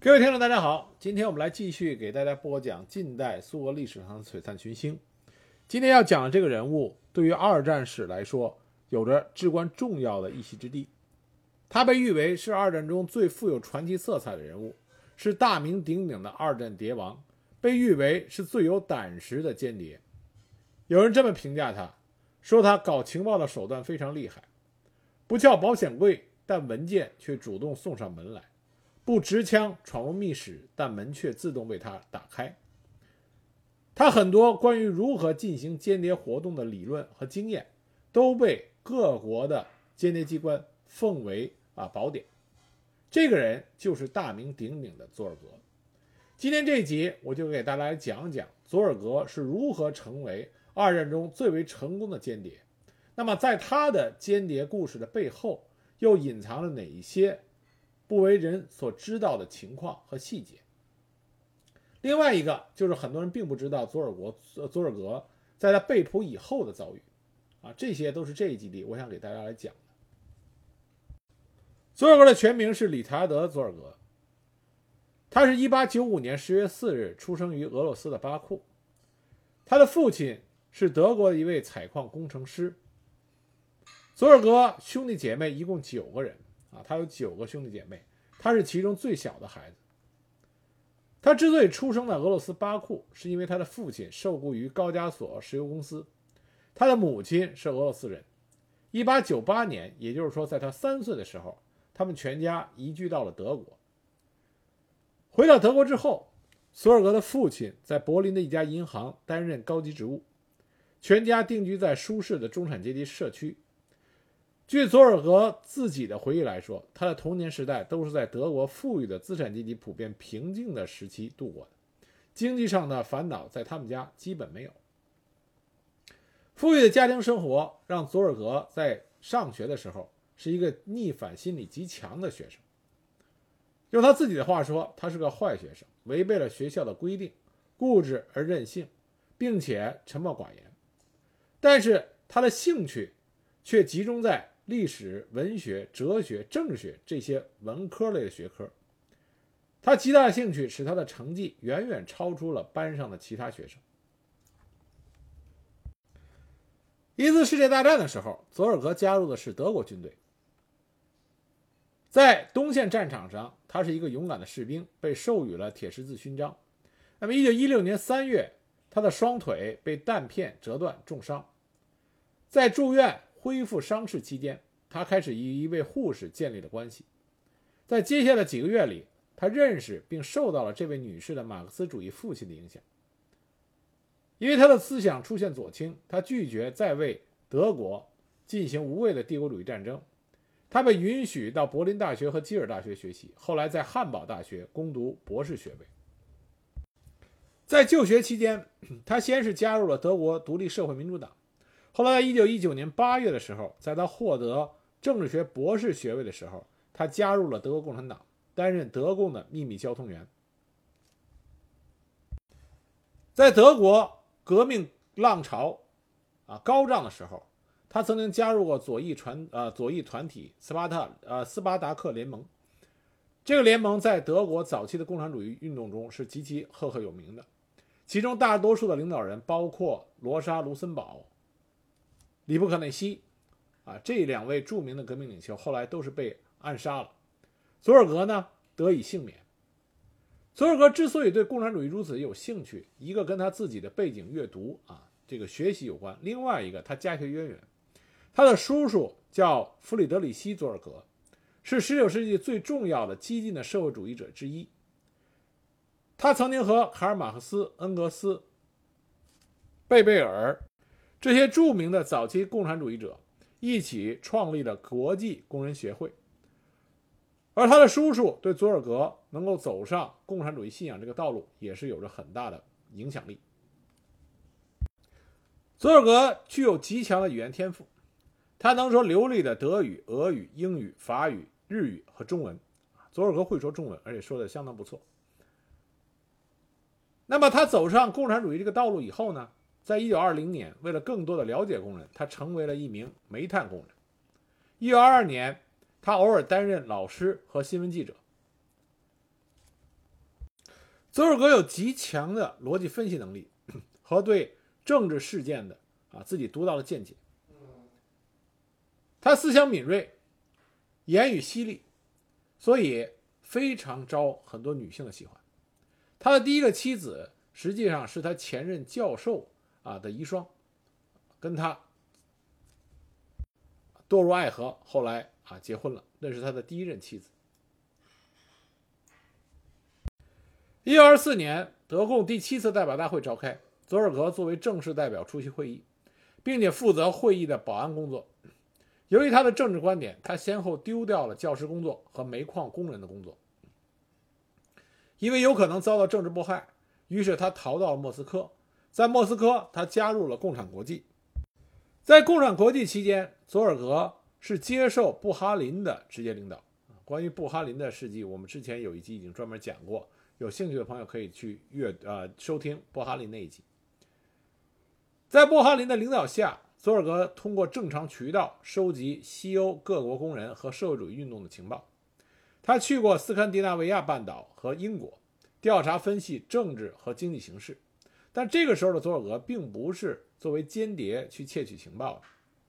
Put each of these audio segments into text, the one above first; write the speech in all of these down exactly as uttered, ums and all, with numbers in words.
各位听众大家好，今天我们来继续给大家播讲近代苏俄历史上的璀璨群星。今天要讲的这个人物对于二战史来说有着至关重要的一席之地，他被誉为是二战中最富有传奇色彩的人物，是大名鼎鼎的二战谍王，被誉为是最有胆识的间谍。有人这么评价他，说他搞情报的手段非常厉害，不撬保险柜，但文件却主动送上门来，不持枪闯入密室，但门却自动为他打开。他很多关于如何进行间谍活动的理论和经验都被各国的间谍机关奉为啊宝典。这个人就是大名鼎鼎的佐尔格。今天这一集我就给大家来讲讲佐尔格是如何成为二战中最为成功的间谍。那么在他的间谍故事的背后又隐藏了哪一些不为人所知道的情况和细节。另外一个就是很多人并不知道佐尔国佐尔格在他被捕以后的遭遇啊，这些都是这一集里我想给大家来讲的。佐尔格的全名是理查德·佐尔格，他是一八九五年十月四日出生于俄罗斯的巴库。他的父亲是德国的一位采矿工程师。佐尔格兄弟姐妹一共九个人啊，他有九个兄弟姐妹，他是其中最小的孩子。他之所以出生在俄罗斯巴库，是因为他的父亲受雇于高加索石油公司，他的母亲是俄罗斯人。一八九八年，也就是说在他三岁的时候，他们全家移居到了德国。回到德国之后，索尔格的父亲在柏林的一家银行担任高级职务，全家定居在舒适的中产阶级社区。据佐尔格自己的回忆来说，他的童年时代都是在德国富裕的资产阶级普遍平静的时期度过的，经济上的烦恼在他们家基本没有。富裕的家庭生活让佐尔格在上学的时候是一个逆反心理极强的学生。用他自己的话说，他是个坏学生，违背了学校的规定，固执而任性，并且沉默寡言。但是他的兴趣却集中在历史、文学、哲学、政治学这些文科类的学科。他极大的兴趣使他的成绩远远超出了班上的其他学生。一次世界大战的时候，佐尔格加入的是德国军队。在东线战场上，他是一个勇敢的士兵，被授予了铁十字勋章。那么一九一六年三月，他的双腿被弹片折断重伤。在住院恢复伤势期间，他开始与一位护士建立了关系。在接下来几个月里，他认识并受到了这位女士的马克思主义父亲的影响。因为他的思想出现左倾，他拒绝再为德国进行无谓的帝国主义战争。他被允许到柏林大学和基尔大学学习，后来在汉堡大学攻读博士学位。在就学期间，他先是加入了德国独立社会民主党，后来在一九一九年八月的时候，在他获得政治学博士学位的时候，他加入了德国共产党，担任德共的秘密交通员。在德国革命浪潮啊高涨的时候，他曾经加入过左翼传呃左翼团体斯巴特呃斯巴达克联盟。这个联盟在德国早期的共产主义运动中是极其赫赫有名的，其中大多数的领导人包括罗莎卢森堡、里布克内西啊，这两位著名的革命领袖后来都是被暗杀了。佐尔格呢得以幸免。佐尔格之所以对共产主义如此有兴趣，一个跟他自己的背景阅读啊这个学习有关，另外一个他家学渊源。他的叔叔叫弗里德里希·佐尔格，是十九世纪最重要的激进的社会主义者之一。他曾经和卡尔马克思、恩格斯、贝贝尔这些著名的早期共产主义者一起创立了国际工人协会。而他的叔叔对佐尔格能够走上共产主义信仰这个道路也是有着很大的影响力。佐尔格具有极强的语言天赋，他能说流利的德语、俄语、英语、法语、日语和中文。佐尔格会说中文，而且说的相当不错。那么他走上共产主义这个道路以后呢，在一九二零年，为了更多的了解工人，他成为了一名煤炭工人。一九二二年，他偶尔担任老师和新闻记者。 佐尔格有极强的逻辑分析能力和对政治事件的啊自己独到的见解。他思想敏锐，言语犀利，所以非常招很多女性的喜欢。他的第一个妻子实际上是他前任教授啊的遗孀，跟他堕入爱河，后来啊结婚了，那是他的第一任妻子。一九二四年，德共第七次代表大会召开，佐尔格作为正式代表出席会议，并且负责会议的保安工作。由于他的政治观点，他先后丢掉了教师工作和煤矿工人的工作。因为有可能遭到政治迫害，于是他逃到了莫斯科。在莫斯科，他加入了共产国际。在共产国际期间，佐尔格是接受布哈林的直接领导。关于布哈林的事迹，我们之前有一集已经专门讲过，有兴趣的朋友可以去阅呃收听布哈林那一集。在布哈林的领导下，佐尔格通过正常渠道收集西欧各国工人和社会主义运动的情报。他去过斯堪的纳维亚半岛和英国，调查分析政治和经济形势。但这个时候的佐尔格并不是作为间谍去窃取情报的。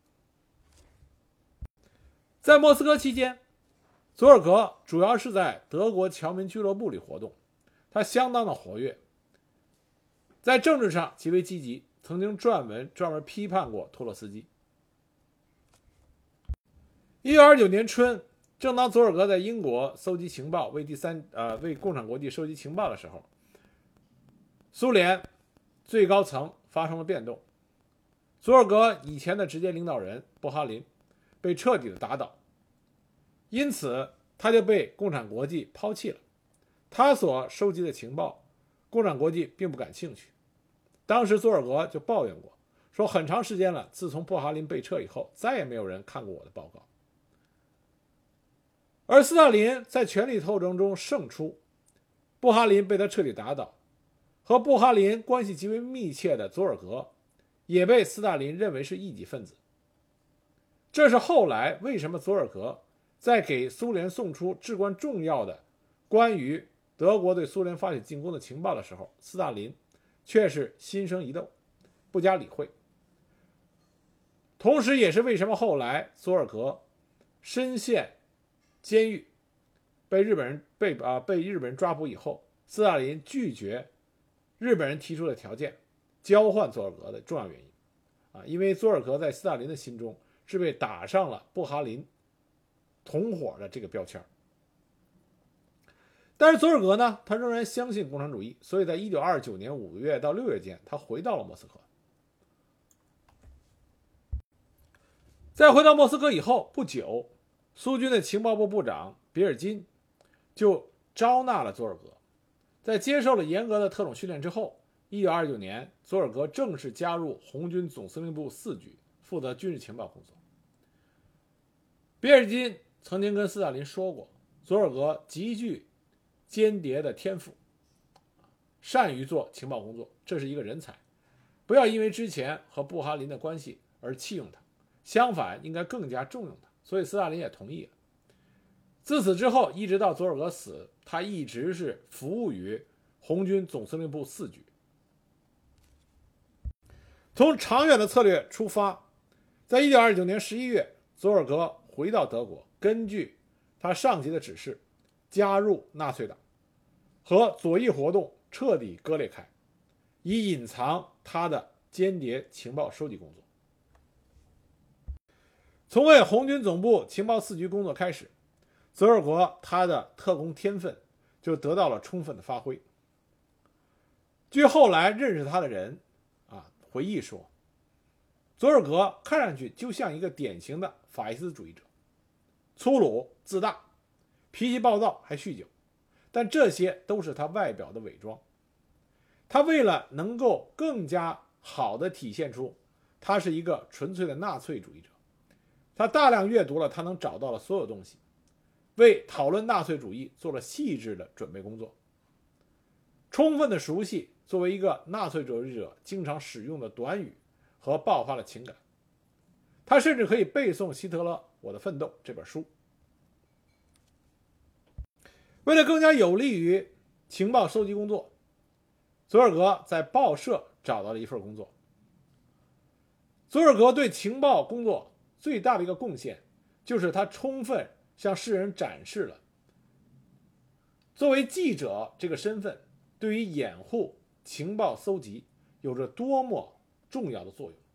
在莫斯科期间，佐尔格主要是在德国侨民俱乐部里活动，他相当的活跃，在政治上极为积极，曾经撰文专门批判过托洛斯基。一九二九年春，正当佐尔格在英国搜集情报，为第三呃为共产国际收集情报的时候，苏联最高层发生了变动。佐尔格以前的直接领导人布哈林被彻底的打倒，因此他就被共产国际抛弃了。他所收集的情报，共产国际并不感兴趣。当时佐尔格就抱怨过，说很长时间了，自从布哈林被撤以后，再也没有人看过我的报告。而斯大林在权力斗争中胜出，布哈林被他彻底打倒。和布哈林关系极为密切的佐尔格也被斯大林认为是异己分子。这是后来为什么佐尔格在给苏联送出至关重要的关于德国对苏联发起进攻的情报的时候，斯大林却是心生一窦，不加理会。同时也是为什么后来佐尔格深陷监狱，被日本人被啊被日本人抓捕以后，斯大林拒绝日本人提出的条件，交换佐尔格的重要原因啊，因为佐尔格在斯大林的心中是被打上了布哈林同伙的这个标签。但是佐尔格呢，他仍然相信共产主义，所以在一九二九年五月到六月间，他回到了莫斯科。在回到莫斯科以后不久，苏军的情报部部长比尔金就招纳了佐尔格。在接受了严格的特种训练之后，一九二九年，佐尔格正式加入红军总司令部四局，负责军事情报工作。比尔金曾经跟斯大林说过，佐尔格极具间谍的天赋，善于做情报工作，这是一个人才，不要因为之前和布哈林的关系而弃用他，相反应该更加重用他。所以斯大林也同意了。自此之后，一直到佐尔格死，他一直是服务于红军总司令部四局。从长远的策略出发，在一九二九年十一月，佐尔格回到德国，根据他上级的指示，加入纳粹党，和左翼活动彻底割裂开，以隐藏他的间谍情报收集工作。从为红军总部情报四局工作开始，佐尔格他的特工天分就得到了充分的发挥。据后来认识他的人啊回忆说，佐尔格看上去就像一个典型的法西斯主义者，粗鲁自大，脾气暴躁，还酗酒，但这些都是他外表的伪装。他为了能够更加好地体现出他是一个纯粹的纳粹主义者，他大量阅读了他能找到的所有东西，为讨论纳粹主义做了细致的准备工作，充分的熟悉作为一个纳粹主义者经常使用的短语和爆发的情感。他甚至可以背诵希特勒《我的奋斗》这本书。为了更加有利于情报收集工作， 佐尔格在报社找到了一份工作。佐尔格对情报工作最大的一个贡献，就是他充分向世人展示了作为记者这个身份对于掩护情报搜集有着多么重要的作用。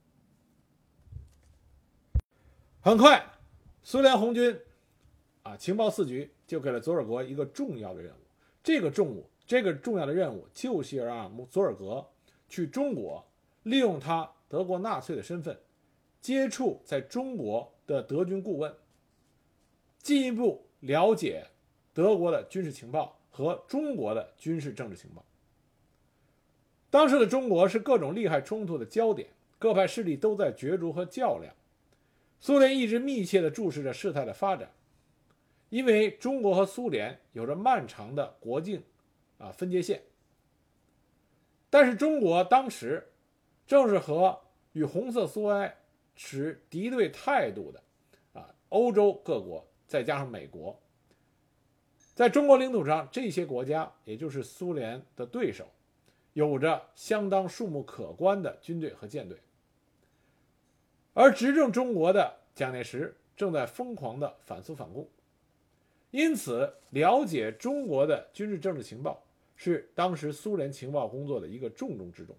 很快，苏联红军啊情报四局就给了佐尔格一个重要的任务，这个重务这个重要的任务就是要让佐尔格去中国，利用他德国纳粹的身份，接触在中国的德军顾问，进一步了解德国的军事情报和中国的军事政治情报。当时的中国是各种利害冲突的焦点，各派势力都在角逐和较量。苏联一直密切地注视着事态的发展，因为中国和苏联有着漫长的国境啊分界线。但是中国当时正是和与红色苏维埃持敌对态度的啊欧洲各国，再加上美国，在中国领土上，这些国家也就是苏联的对手，有着相当数目可观的军队和舰队。而执政中国的蒋介石正在疯狂的反苏反共，因此了解中国的军事政治情报是当时苏联情报工作的一个重中之重。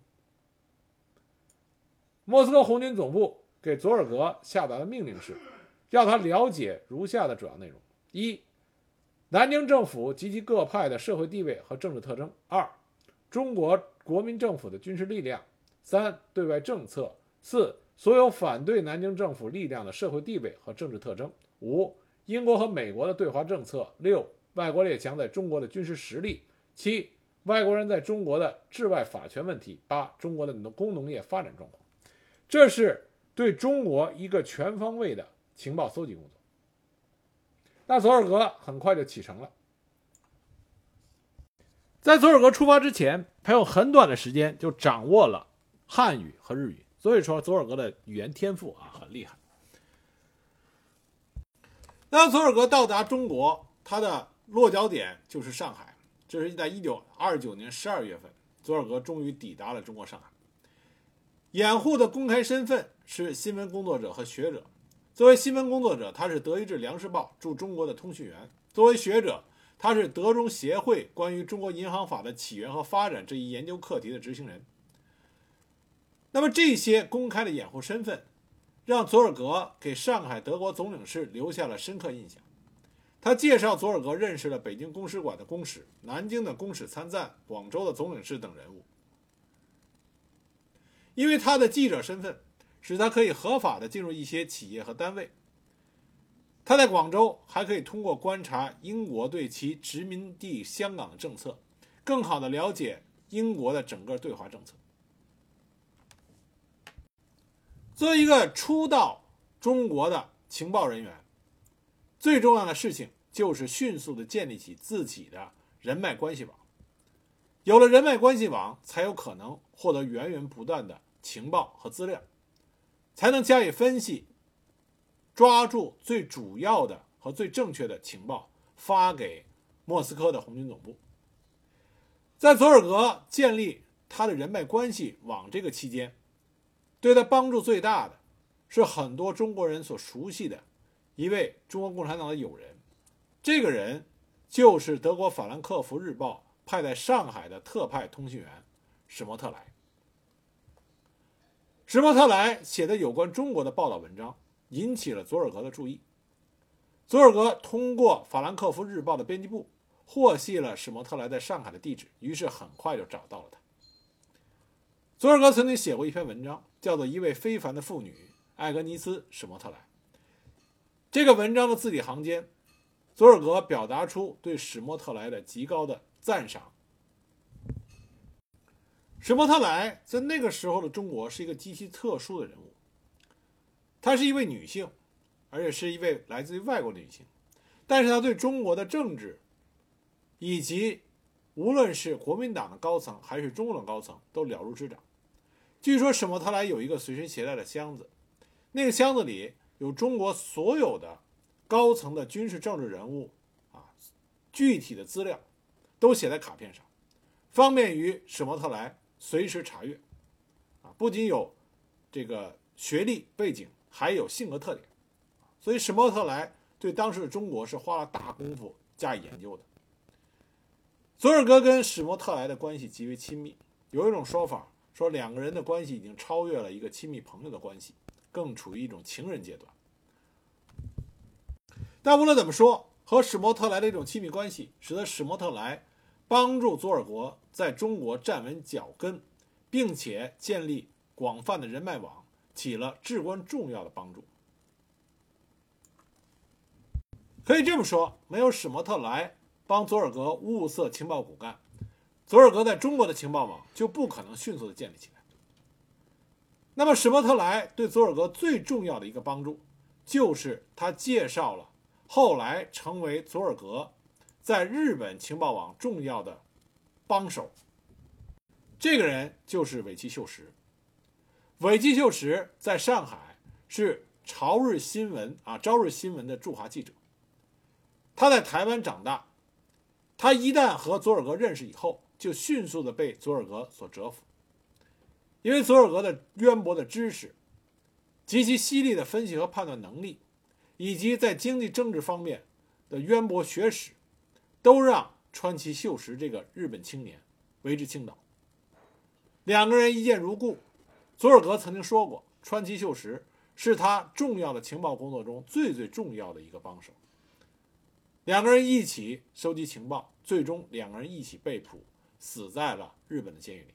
莫斯科红军总部给佐尔格下达的命令是，要他了解如下的主要内容：一、南京政府及其各派的社会地位和政治特征；二、中国国民政府的军事力量；三、对外政策；四、所有反对南京政府力量的社会地位和政治特征；五、英国和美国的对华政策；六、外国列强在中国的军事实力；七、外国人在中国的治外法权问题；八、中国的工农业发展状况。这是对中国一个全方位的情报搜集工作。那佐尔格很快就启程了。在佐尔格出发之前，他用很短的时间就掌握了汉语和日语，所以说佐尔格的语言天赋啊很厉害。当佐尔格到达中国，他的落脚点就是上海，这是在一九二九年十二月份，佐尔格终于抵达了中国上海。掩护的公开身份是新闻工作者和学者。作为新闻工作者，他是德意志粮食报驻中国的通讯员；作为学者，他是德中协会关于中国银行法的起源和发展这一研究课题的执行人。那么这些公开的掩护身份让佐尔格给上海德国总领事留下了深刻印象。他介绍佐尔格认识了北京公使馆的公使、南京的公使参赞、广州的总领事等人物。因为他的记者身份使他可以合法的进入一些企业和单位。他在广州还可以通过观察英国对其殖民地香港的政策，更好的了解英国的整个对华政策。作为一个初到中国的情报人员，最重要的事情就是迅速的建立起自己的人脉关系网。有了人脉关系网，才有可能获得源源不断的情报和资料，才能加以分析，抓住最主要的和最正确的情报，发给莫斯科的红军总部。在佐尔格建立他的人脉关系网这个期间，对他帮助最大的是很多中国人所熟悉的一位中国共产党的友人，这个人就是德国法兰克福日报派在上海的特派通讯员史莫特莱。史莫特莱写的有关中国的报道文章引起了佐尔格的注意。佐尔格通过法兰克福日报的编辑部获悉了史莫特莱在上海的地址，于是很快就找到了他。佐尔格曾经写过一篇文章，叫做《一位非凡的妇女艾格尼斯·史莫特莱》。这个文章的字里行间，佐尔格表达出对史莫特莱的极高的赞赏。史莫特莱在那个时候的中国是一个极其特殊的人物，她是一位女性，而且是一位来自于外国的女性，但是她对中国的政治以及无论是国民党的高层还是中共的高层都了如指掌。据说史莫特莱有一个随身携带的箱子，那个箱子里有中国所有的高层的军事政治人物啊，具体的资料都写在卡片上。 方便于史摩特莱随时查阅。啊，不仅有这个学历背景，还有性格特点，所以史摩特莱对当时的中国是花了大功夫加以研究的。佐尔格跟史摩特莱的关系极为亲密，有一种说法说两个人的关系已经超越了一个亲密朋友的关系，更处于一种情人阶段。但无论怎么说，和史摩特莱的一种亲密关系，使得史摩特莱帮助佐尔格在中国站稳脚跟，并且建立广泛的人脉网，起了至关重要的帮助。可以这么说，没有史摩特莱帮佐尔格物色情报骨干，佐尔格在中国的情报网就不可能迅速的建立起来。那么史摩特莱对佐尔格最重要的一个帮助，就是他介绍了后来成为佐尔格在日本情报网重要的帮手。这个人就是尾崎秀实。尾崎秀实在上海是朝日新闻啊朝日新闻的驻华记者。他在台湾长大，他一旦和佐尔格认识以后，就迅速的被佐尔格所折服。因为佐尔格的渊博的知识，极其犀利的分析和判断能力，以及在经济政治方面的渊博学识，都让川崎秀实这个日本青年为之倾倒。两个人一见如故，佐尔格曾经说过，川崎秀实是他重要的情报工作中最最重要的一个帮手。两个人一起收集情报，最终两个人一起被捕，死在了日本的监狱里。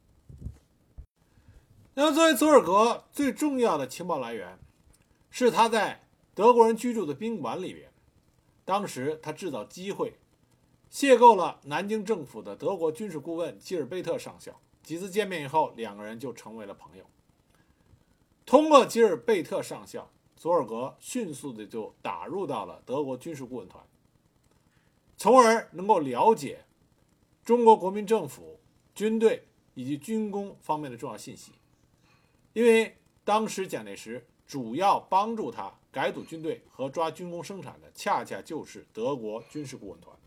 那么作为佐尔格最重要的情报来源，是他在德国人居住的宾馆里边，当时他制造机会，邂逅了南京政府的德国军事顾问基尔贝特上校。几次见面以后，两个人就成为了朋友。通过基尔贝特上校，佐尔格迅速的就打入到了德国军事顾问团，从而能够了解中国国民政府、军队以及军工方面的重要信息。因为当时蒋介石主要帮助他改组军队和抓军工生产的，恰恰就是德国军事顾问团。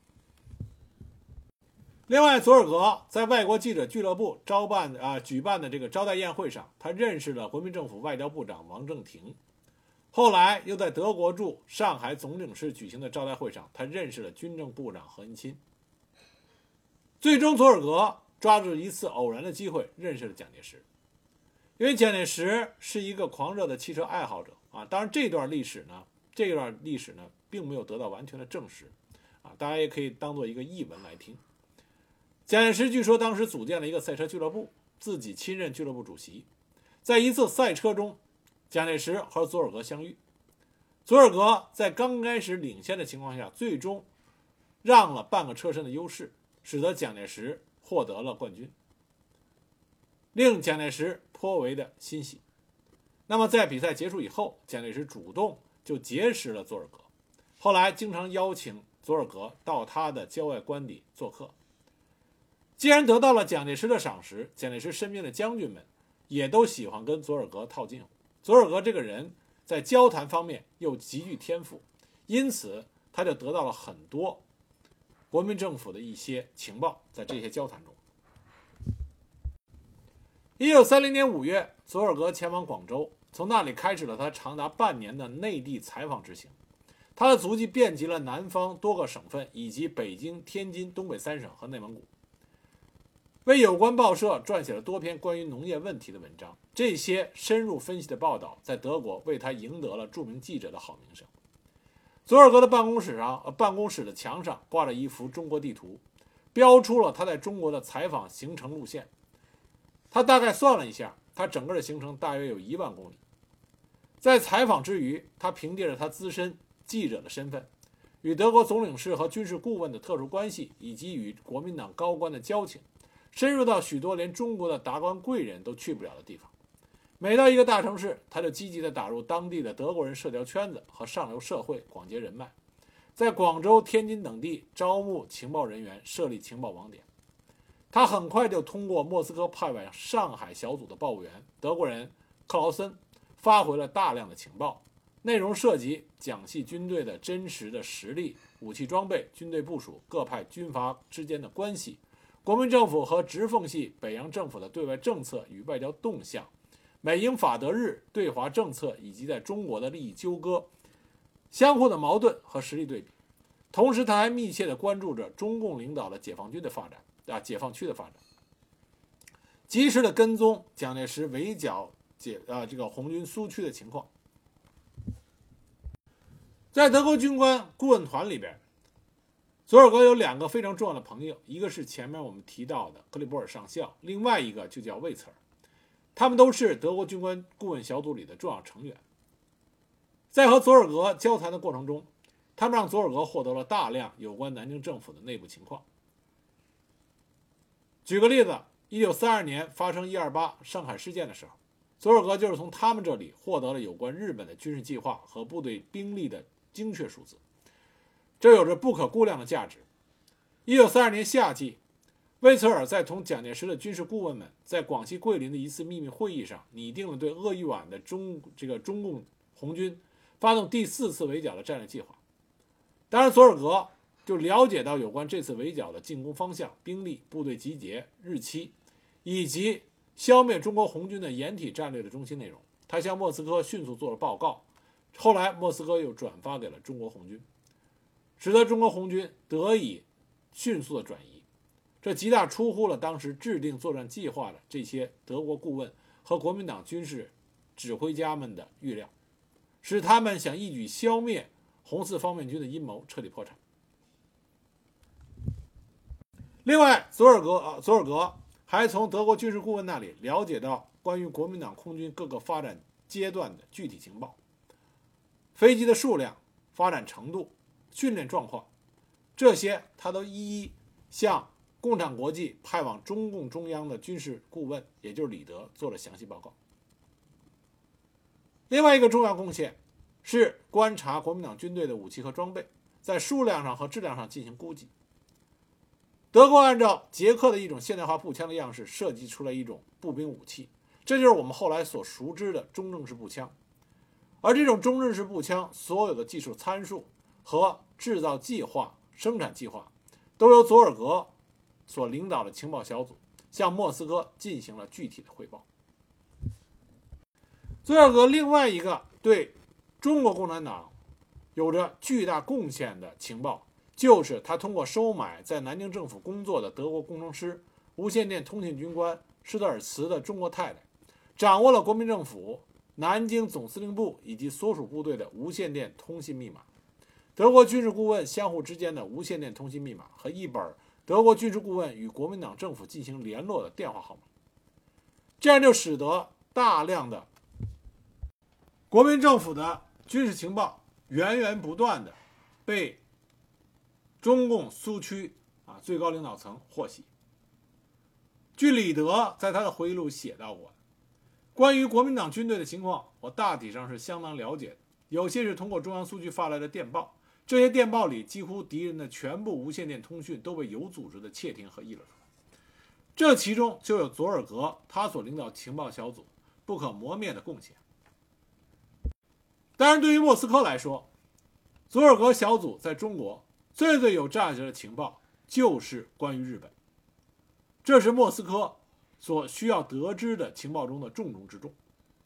另外，佐尔格在外国记者俱乐部招办啊、呃、举办的这个招待宴会上，他认识了国民政府外交部长王正廷。后来又在德国驻上海总领事举行的招待会上，他认识了军政部长何应钦。最终，佐尔格抓住一次偶然的机会，认识了蒋介石。因为蒋介石是一个狂热的汽车爱好者啊，当然这段历史呢，这段历史呢，并没有得到完全的证实啊，大家也可以当做一个译文来听。蒋介石据说当时组建了一个赛车俱乐部，自己亲任俱乐部主席。在一次赛车中，蒋介石和佐尔格相遇，佐尔格在刚开始领先的情况下，最终让了半个车身的优势，使得蒋介石获得了冠军，令蒋介石颇为的欣喜。那么在比赛结束以后，蒋介石主动就结识了佐尔格，后来经常邀请佐尔格到他的郊外官邸做客。既然得到了蒋介石的赏识，蒋介石身边的将军们也都喜欢跟佐尔格套近乎。佐尔格这个人在交谈方面又极具天赋，因此他就得到了很多国民政府的一些情报。在这些交谈中，一九三零年五月，佐尔格前往广州，从那里开始了他长达半年的内地采访之行。他的足迹遍及了南方多个省份，以及北京、天津、东北三省和内蒙古，为有关报社撰写了多篇关于农业问题的文章。这些深入分析的报道在德国为他赢得了著名记者的好名声。佐尔格的办公室上，呃，办公室的墙上挂着一幅中国地图，标出了他在中国的采访行程路线。他大概算了一下，他整个的行程大约有一万公里。在采访之余，他凭借着他资深记者的身份，与德国总领事和军事顾问的特殊关系，以及与国民党高官的交情，深入到许多连中国的达官贵人都去不了的地方。每到一个大城市，他就积极地打入当地的德国人社交圈子和上流社会，广结人脉。在广州、天津等地招募情报人员，设立情报网点。他很快就通过莫斯科派往上海小组的报务员德国人克劳森，发回了大量的情报，内容涉及蒋系军队的真实的实力、武器装备、军队部署、各派军阀之间的关系、 国民政府和直奉系北洋政府的对外政策与外交动向，美英法德日对华政策以及在中国的利益纠葛、相互的矛盾和实力对比。同时，他还密切地关注着中共领导的解放军的发展啊，解放区的发展，及时地跟踪蒋介石围剿解啊这个红军苏区的情况。在德国军官顾问团里边，佐尔格有两个非常重要的朋友，一个是前面我们提到的格里波尔上校，另外一个就叫魏茨尔，他们都是德国军官顾问小组里的重要成员。在和佐尔格交谈的过程中，他们让佐尔格获得了大量有关南京政府的内部情况。举个例子，一九三二年发生一二八上海事件的时候，佐尔格就是从他们这里获得了有关日本的军事计划和部队兵力的精确数字，这有着不可估量的价值。一九三二年夏季，魏茨尔在同蒋介石的军事顾问们在广西桂林的一次秘密会议上，拟定了对鄂豫皖的中这个中共红军发动第四次围剿的战略计划。当然，佐尔格就了解到有关这次围剿的进攻方向、兵力、部队集结日期，以及消灭中国红军的掩体战略的中心内容。他向莫斯科迅速做了报告，后来莫斯科又转发给了中国红军，使得中国红军得以迅速的转移。这极大出乎了当时制定作战计划的这些德国顾问和国民党军事指挥家们的预料，使他们想一举消灭红四方面军的阴谋彻底破产。另外，佐尔格啊，佐尔格还从德国军事顾问那里了解到关于国民党空军各个发展阶段的具体情报，飞机的数量、发展程度、训练状况，这些他都一一向共产国际派往中共中央的军事顾问，也就是李德，做了详细报告。另外一个重要贡献是观察国民党军队的武器和装备，在数量上和质量上进行估计。德国按照捷克的一种现代化步枪的样式设计出来一种步兵武器，这就是我们后来所熟知的中正式步枪。而这种中正式步枪所有的技术参数和制造计划、生产计划，都由佐尔格所领导的情报小组向莫斯科进行了具体的汇报。佐尔格另外一个对中国共产党有着巨大贡献的情报，就是他通过收买在南京政府工作的德国工程师、无线电通信军官施德尔茨的中国太太，掌握了国民政府、南京总司令部以及所属部队的无线电通信密码，德国军事顾问相互之间的无线电通信密码和一本德国军事顾问与国民党政府进行联络的电话号码。这样就使得大量的国民政府的军事情报源源不断的被中共苏区啊最高领导层获悉。据李德在他的回忆录写到过，关于国民党军队的情况，我大体上是相当了解的，有些是通过中央苏区发来的电报，这些电报里几乎敌人的全部无线电通讯都被有组织的窃听和议论出来，这其中就有佐尔格他所领导情报小组不可磨灭的贡献。当然，对于莫斯科来说，佐尔格小组在中国最最有价值的情报就是关于日本，这是莫斯科所需要得知的情报中的重中之重。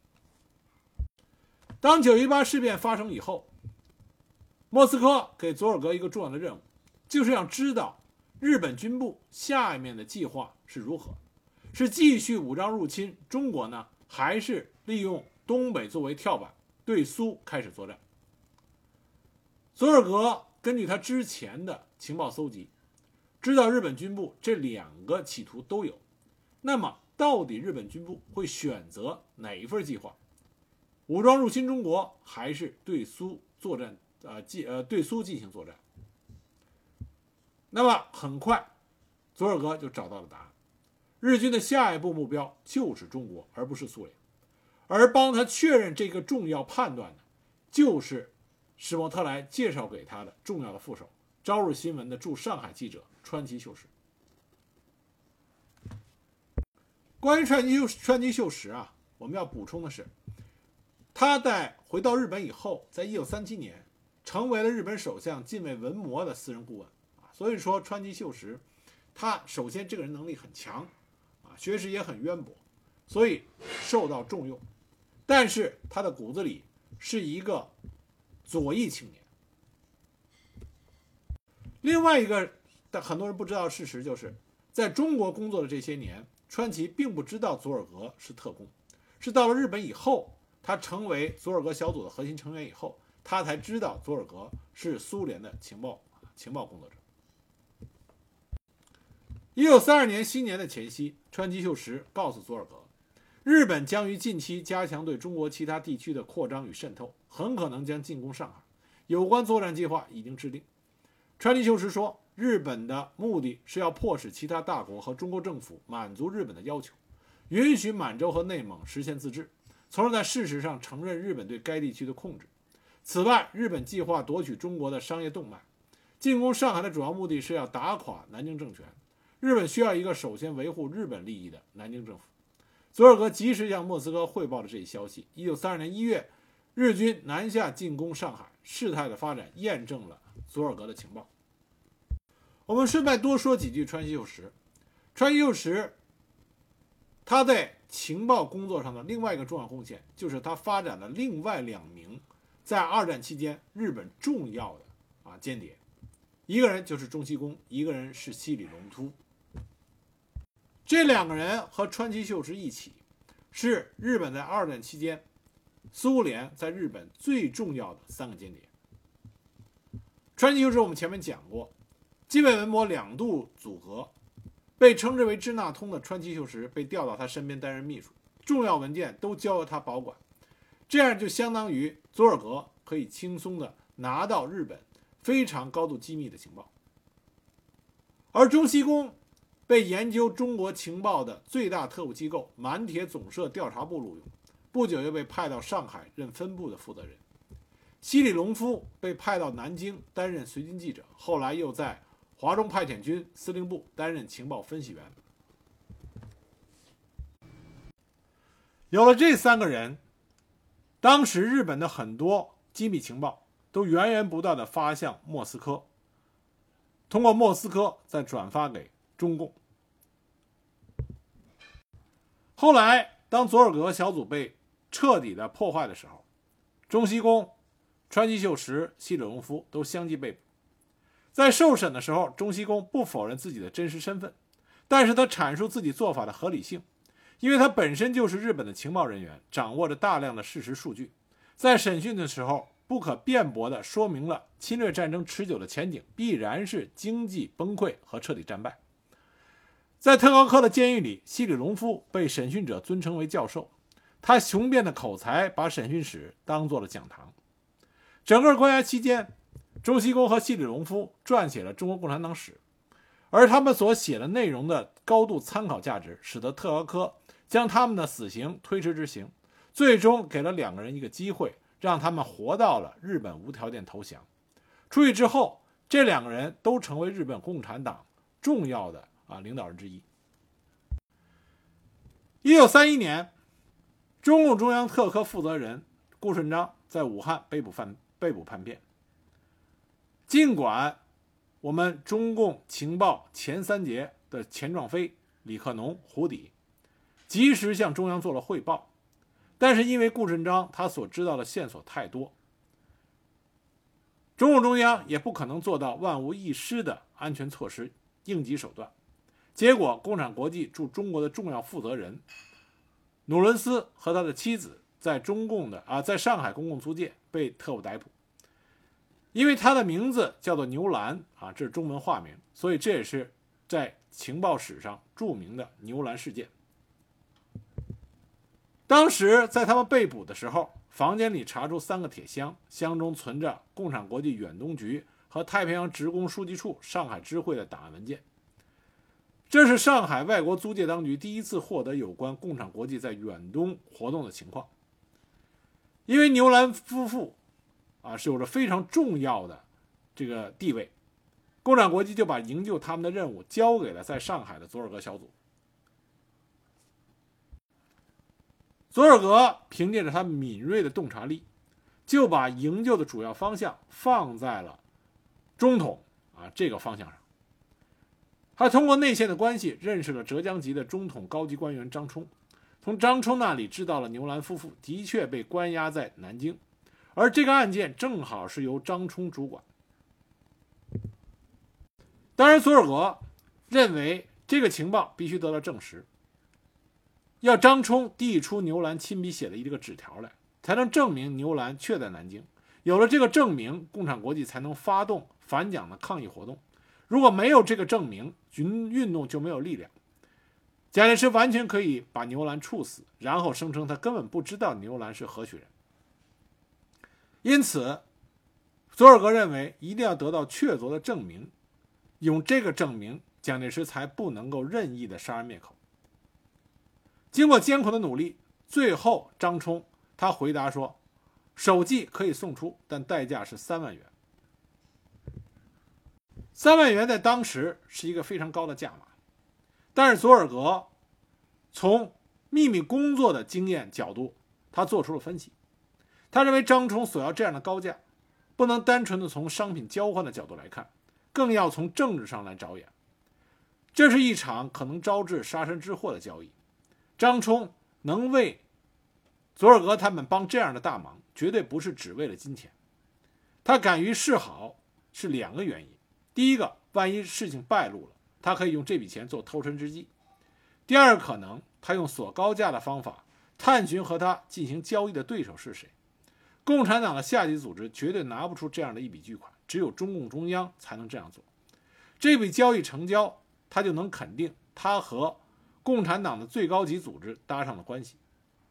当九一八事变发生以后，莫斯科给佐尔格一个重要的任务，就是要知道日本军部下面的计划是如何，是继续武装入侵中国呢，还是利用东北作为跳板对苏开始作战。佐尔格根据他之前的情报搜集，知道日本军部这两个企图都有。那么到底日本军部会选择哪一份计划？武装入侵中国，还是对苏作战呃进呃对苏进行作战？那么很快佐尔格就找到了答案，日军的下一步目标就是中国，而不是苏联。而帮他确认这个重要判断的，就是史莫特莱介绍给他的重要的副手，朝日新闻的驻上海记者川崎秀实。关于川崎川崎秀实啊，我们要补充的是，他在回到日本以后，在一九三七年成为了日本首相近卫文磨的私人顾问啊。所以说，川崎秀实他首先这个人能力很强啊，学识也很渊博，所以受到重用。但是他的骨子里是一个左翼青年。另外一个但很多人不知道的事实就是，在中国工作的这些年，川崎并不知道佐尔格是特工，是到了日本以后，他成为佐尔格小组的核心成员以后，他才知道佐尔格是苏联的情报情报工作者。一九三二年新年的前夕，川崎秀实告诉佐尔格，日本将于近期加强对中国其他地区的扩张与渗透，很可能将进攻上海。有关作战计划已经制定。川崎秀实说，日本的目的是要迫使其他大国和中国政府满足日本的要求，允许满洲和内蒙实现自治，从而在事实上承认日本对该地区的控制。此外，日本计划夺取中国的商业动脉，进攻上海的主要目的是要打垮南京政权。日本需要一个首先维护日本利益的南京政府。佐尔格及时向莫斯科汇报了这一消息。一九三二年一月，日军南下进攻上海，事态的发展验证了佐尔格的情报。我们顺便多说几句川崎秀实。川崎秀实他在情报工作上的另外一个重要贡献，就是他发展了另外两名在二战期间日本重要的啊间谍，一个人就是中西宫，一个人是西里隆突。这两个人和川崎秀实一起，是日本在二战期间苏联在日本最重要的三个间谍。川崎秀实我们前面讲过，基本文磨两度组合，被称之为支那通的川崎秀实被调到他身边担任秘书，重要文件都交由他保管，这样就相当于佐尔格可以轻松的拿到日本非常高度机密的情报。而中西宫被研究中国情报的最大特务机构满铁总社调查部录用，不久又被派到上海任分部的负责人。西里隆夫被派到南京担任随军记者，后来又在华中派遣军司令部担任情报分析员。有了这三个人，当时日本的很多机密情报都源源不断地发向莫斯科，通过莫斯科再转发给中共。后来当佐尔格小组被彻底的破坏的时候，中西宫、川崎秀实、西里隆夫都相继被捕。在受审的时候，中西宫不否认自己的真实身份，但是他阐述自己做法的合理性，因为他本身就是日本的情报人员，掌握着大量的事实数据，在审讯的时候不可辩驳地说明了侵略战争持久的前景必然是经济崩溃和彻底战败。在特高科的监狱里，西里隆夫被审讯者尊称为教授，他雄辩的口才把审讯室当作了讲堂。整个关押期间，中西宫和西里隆夫撰写了中国共产党史，而他们所写的内容的高度参考价值，使得特高科将他们的死刑推迟执行，最终给了两个人一个机会，让他们活到了日本无条件投降。出狱之后，这两个人都成为日本共产党重要的啊领导人之一。一九三一年，中共中央特科负责人顾顺章在武汉被捕犯被捕叛变。尽管我们中共情报前三杰的钱壮飞、李克农、胡底及时向中央做了汇报，但是因为顾顺章他所知道的线索太多，中共中央也不可能做到万无一失的安全措施、应急手段。结果，共产国际驻中国的重要负责人努伦斯和他的妻子在中共的啊，在上海公共租界被特务逮捕。因为他的名字叫做牛兰啊，这是中文化名，所以这也是在情报史上著名的牛兰事件。当时在他们被捕的时候，房间里查出三个铁箱，箱中存着共产国际远东局和太平洋职工书记处上海支会的档案文件。这是上海外国租界当局第一次获得有关共产国际在远东活动的情况。因为牛兰夫妇啊是有着非常重要的这个地位，共产国际就把营救他们的任务交给了在上海的佐尔格小组。佐尔格凭借着他敏锐的洞察力，就把营救的主要方向放在了中统啊这个方向上。 他通过内线的关系认识了浙江籍的中统高级官员张冲，从张冲那里知道了牛兰夫妇的确被关押在南京，而这个案件正好是由张冲主管。当然，索尔格认为这个情报必须得到证实，要张冲递出牛兰亲笔写的一个纸条来，才能证明牛兰确在南京。有了这个证明，共产国际才能发动反蒋的抗议活动。如果没有这个证明，运动就没有力量。蒋介石完全可以把牛兰处死，然后声称他根本不知道牛兰是何许人。因此，索尔格认为一定要得到确凿的证明，用这个证明，蒋介石才不能够任意的杀人灭口。经过艰苦的努力，最后张冲他回答说，手记可以送出，但代价是三万元。三万元在当时是一个非常高的价码，但是索尔格从秘密工作的经验角度，他做出了分析。他认为张冲索要这样的高价，不能单纯的从商品交换的角度来看，更要从政治上来着眼。这是一场可能招致杀身之祸的交易。张冲能为索尔格他们帮这样的大忙，绝对不是只为了金钱。他敢于示好是两个原因。第一个，万一事情败露了，他可以用这笔钱做偷身之计。第二个可能，他用索高价的方法探寻和他进行交易的对手是谁。共产党的下级组织绝对拿不出这样的一笔巨款，只有中共中央才能这样做。这笔交易成交，他就能肯定他和共产党的最高级组织搭上了关系。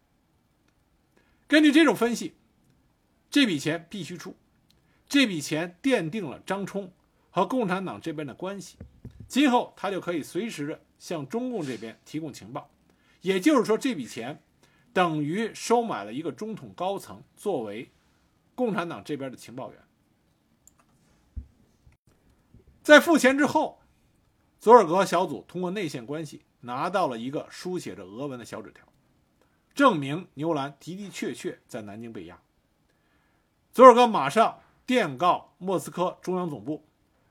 根据这种分析，这笔钱必须出，这笔钱奠定了张冲和共产党这边的关系，今后他就可以随时的向中共这边提供情报。也就是说，这笔钱等于收买了一个中统高层作为共产党这边的情报员。在付钱之后，索尔格小组通过内线关系拿到了一个书写着俄文的小纸条，证明牛兰的的确确在南京被押。索尔格马上电告莫斯科中央总部，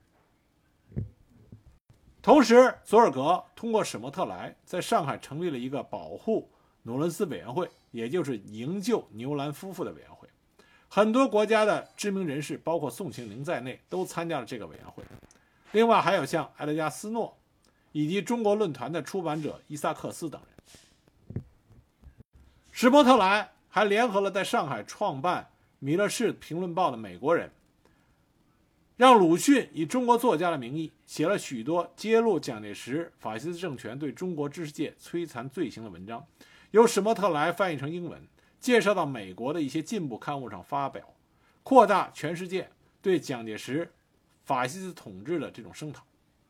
同时索尔格通过史莫特莱在上海成立了一个保护努伦斯委员会，也就是营救牛兰夫妇的委员会。很多国家的知名人士，包括宋庆龄在内，都参加了这个委员会。另外还有像埃德加斯诺以及中国论坛的出版者伊萨克斯等人。史莫特莱还联合了在上海创办《米勒士评论报》的美国人，让鲁迅以中国作家的名义写了许多揭露蒋介石法西斯政权对中国知识界摧残罪行的文章，由史莫特莱翻译成英文，介绍到美国的一些进步刊物上发表，扩大全世界对蒋介石法西斯统治的这种声讨。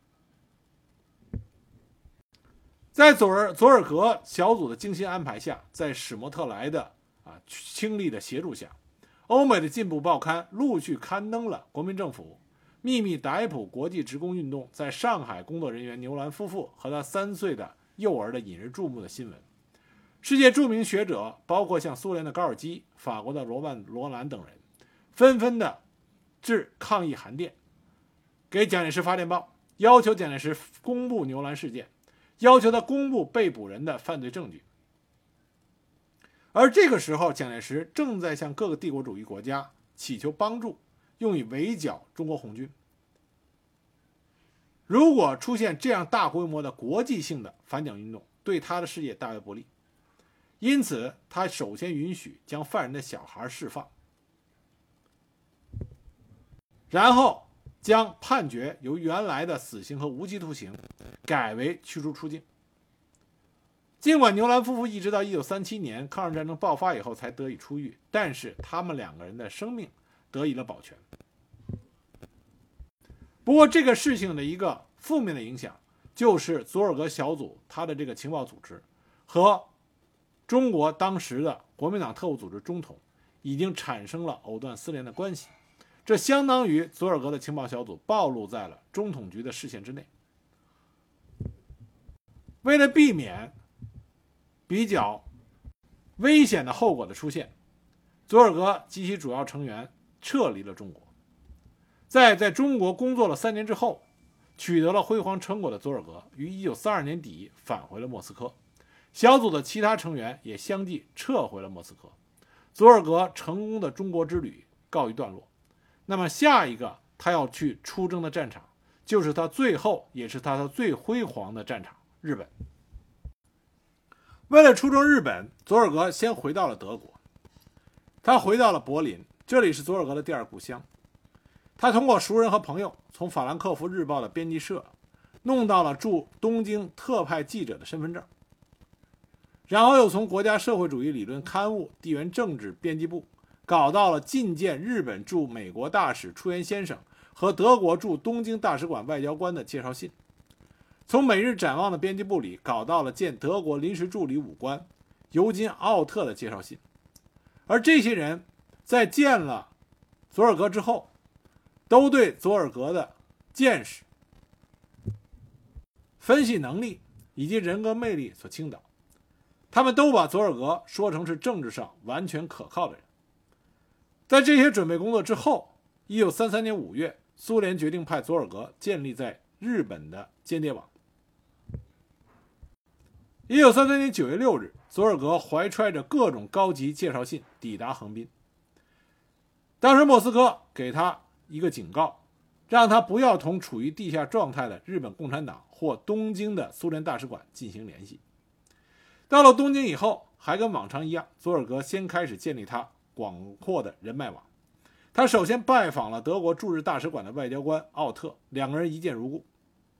在佐尔佐尔格小组的精心安排下，在史莫特莱的啊倾力的协助下，欧美的进步报刊陆续刊登了国民政府秘密逮捕国际职工运动在上海工作人员牛兰夫妇和他三岁的幼儿的引人注目的新闻。世界著名学者，包括像苏联的高尔基、法国的罗曼罗兰等人，纷纷的致抗议函电，给蒋介石发电报，要求蒋介石公布牛兰事件，要求他公布被捕人的犯罪证据。而这个时候，蒋介石正在向各个帝国主义国家祈求帮助，用以围剿中国红军。如果出现这样大规模的国际性的反蒋运动，对他的事业大为不利。因此，他首先允许将犯人的小孩释放，然后将判决由原来的死刑和无期徒刑改为驱逐出境。尽管牛兰夫妇一直到一九三七年抗日战争爆发以后才得以出狱，但是他们两个人的生命得以了保全。不过这个事情的一个负面的影响，就是佐尔格小组他的这个情报组织和中国当时的国民党特务组织中统已经产生了藕断丝连的关系，这相当于佐尔格的情报小组暴露在了中统局的视线之内。为了避免比较危险的后果的出现，佐尔格及其主要成员撤离了中国。在在中国工作了三年之后， 取得了辉煌成果的佐尔格于一九三二年底返回了莫斯科，小组的其他成员也相继撤回了莫斯科。佐尔格成功的中国之旅告一段落。那么下一个他要去出征的战场，就是他最后也是他的最辉煌的战场——日本。为了出征日本，佐尔格先回到了德国，他回到了柏林，这里是佐尔格的第二故乡。他通过熟人和朋友，从法兰克福日报的编辑社弄到了驻东京特派记者的身份证，然后又从国家社会主义理论刊物地缘政治编辑部搞到了觐见日本驻美国大使出原先生和德国驻东京大使馆外交官的介绍信，从每日展望的编辑部里搞到了见德国临时助理武官尤金·奥特的介绍信。而这些人在见了佐尔格之后，都对佐尔格的见识、分析能力以及人格魅力所倾倒，他们都把佐尔格说成是政治上完全可靠的人。在这些准备工作之后，一九三三年五月，苏联决定派佐尔格建立在日本的间谍网。一九三三年九月六日，佐尔格怀揣着各种高级介绍信抵达横滨。当时莫斯科给他一个警告，让他不要同处于地下状态的日本共产党或东京的苏联大使馆进行联系。到了东京以后，还跟往常一样，佐尔格先开始建立他广阔的人脉网。他首先拜访了德国驻日大使馆的外交官奥特，两个人一见如故。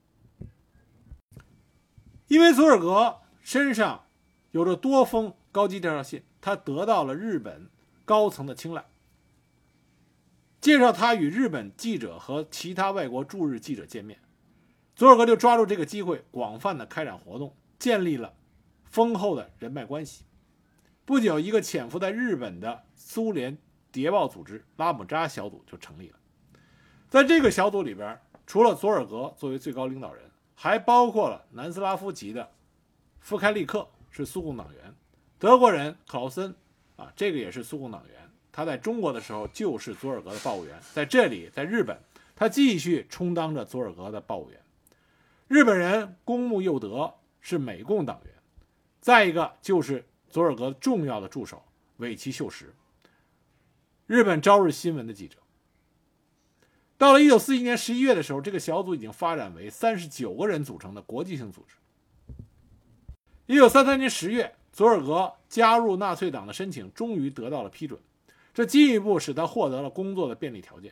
因为佐尔格身上有着多封高级介绍信，他得到了日本高层的青睐，介绍他与日本记者和其他外国驻日记者见面。佐尔格就抓住这个机会，广泛的开展活动，建立了丰厚的人脉关系。不久，一个潜伏在日本的苏联谍报组织拉姆扎小组就成立了。在这个小组里边，除了佐尔格作为最高领导人，还包括了南斯拉夫籍的夫开利克，是苏共党员；德国人克劳森啊，这个也是苏共党员。他在中国的时候就是佐尔格的报务员，在这里，在日本，他继续充当着佐尔格的报务员。日本人公木佑德是美共党员，再一个就是佐尔格重要的助手尾崎秀实，日本朝日新闻的记者。到了一九四一年十一月的时候，这个小组已经发展为三十九个人组成的国际性组织。一九三三年十月，佐尔格加入纳粹党的申请终于得到了批准，这进一步使他获得了工作的便利条件。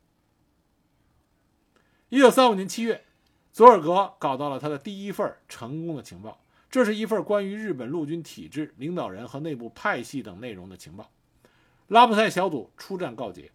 一九三五年七月，佐尔格搞到了他的第一份成功的情报，这是一份关于日本陆军体制、领导人和内部派系等内容的情报。拉姆塞小组出战告捷。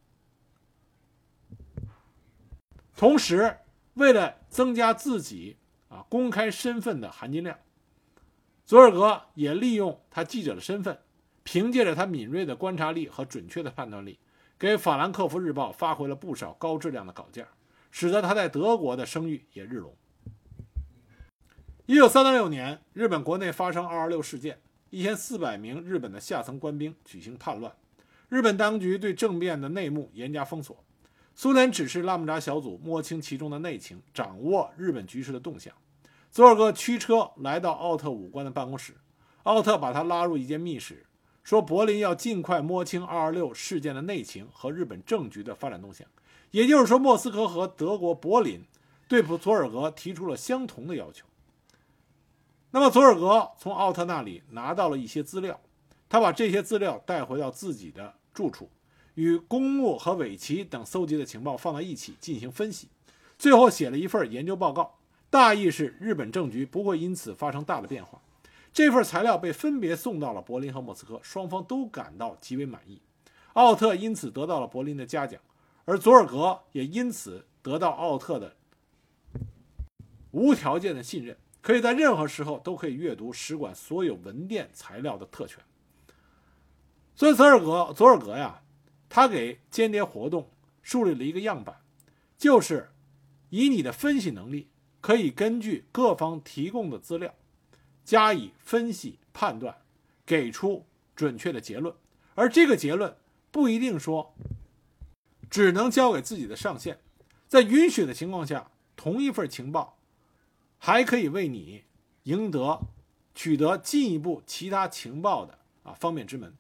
同时，为了增加自己啊公开身份的含金量，佐尔格也利用他记者的身份，凭借着他敏锐的观察力和准确的判断力，给法兰克福日报发回了不少高质量的稿件，使得他在德国的声誉也日隆。一九三六年，日本国内发生二二六事件，一千四百名日本的下层官兵举行叛乱，日本当局对政变的内幕严加封锁。苏联指示拉姆扎小组摸清其中的内情，掌握日本局势的动向。佐尔格驱车来到奥特武官的办公室，奥特把他拉入一间密室，说柏林要尽快摸清二二六事件的内情和日本政局的发展动向。也就是说，莫斯科和德国柏林对佐尔格提出了相同的要求。那么佐尔格从奥特那里拿到了一些资料，他把这些资料带回到自己的住处，与公木和尾崎等搜集的情报放在一起进行分析，最后写了一份研究报告，大意是日本政局不会因此发生大的变化。这份材料被分别送到了柏林和莫斯科，双方都感到极为满意。奥特因此得到了柏林的嘉奖，而佐尔格也因此得到奥特的无条件的信任，可以在任何时候都可以阅读使馆所有文件材料的特权。所以佐尔格佐尔格呀，他给间谍活动树立了一个样板，就是以你的分析能力，可以根据各方提供的资料加以分析判断，给出准确的结论。而这个结论不一定说只能交给自己的上线，在允许的情况下， 同一份情报还可以为你赢得取得进一步其他情报的啊方便之门。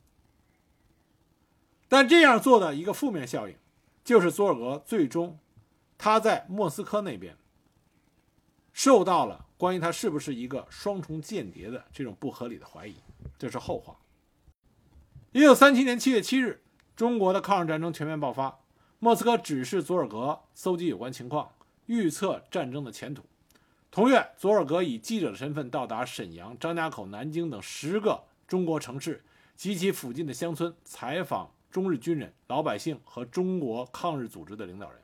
但这样做的一个负面效应，就是佐尔格最终他在莫斯科那边受到了关于他是不是一个双重间谍的这种不合理的怀疑，这是后话。一九三七年七月七日，中国的抗日战争全面爆发，莫斯科指示佐尔格搜集有关情况，预测战争的前途。同月，佐尔格以记者的身份到达沈阳、张家口、南京等十个中国城市及其附近的乡村，采访中日军人、老百姓和中国抗日组织的领导人。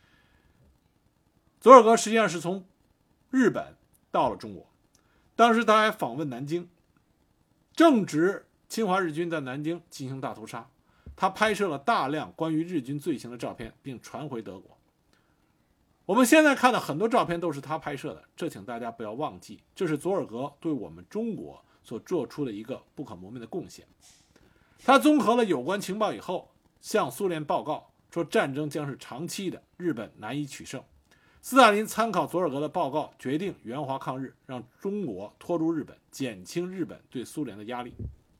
佐尔格实际上是从日本到了中国，当时他还访问南京，正值侵华日军在南京进行大屠杀，他拍摄了大量关于日军罪行的照片，并传回德国。我们现在看的很多照片都是他拍摄的，这请大家不要忘记，这是佐尔格对我们中国所做出的一个不可磨灭的贡献。他综合了有关情报以后，向苏联报告说战争将是长期的，日本难以取胜。斯大林参考佐尔格的报告，决定援华抗日，让中国拖住日本，减轻日本对苏联的压力。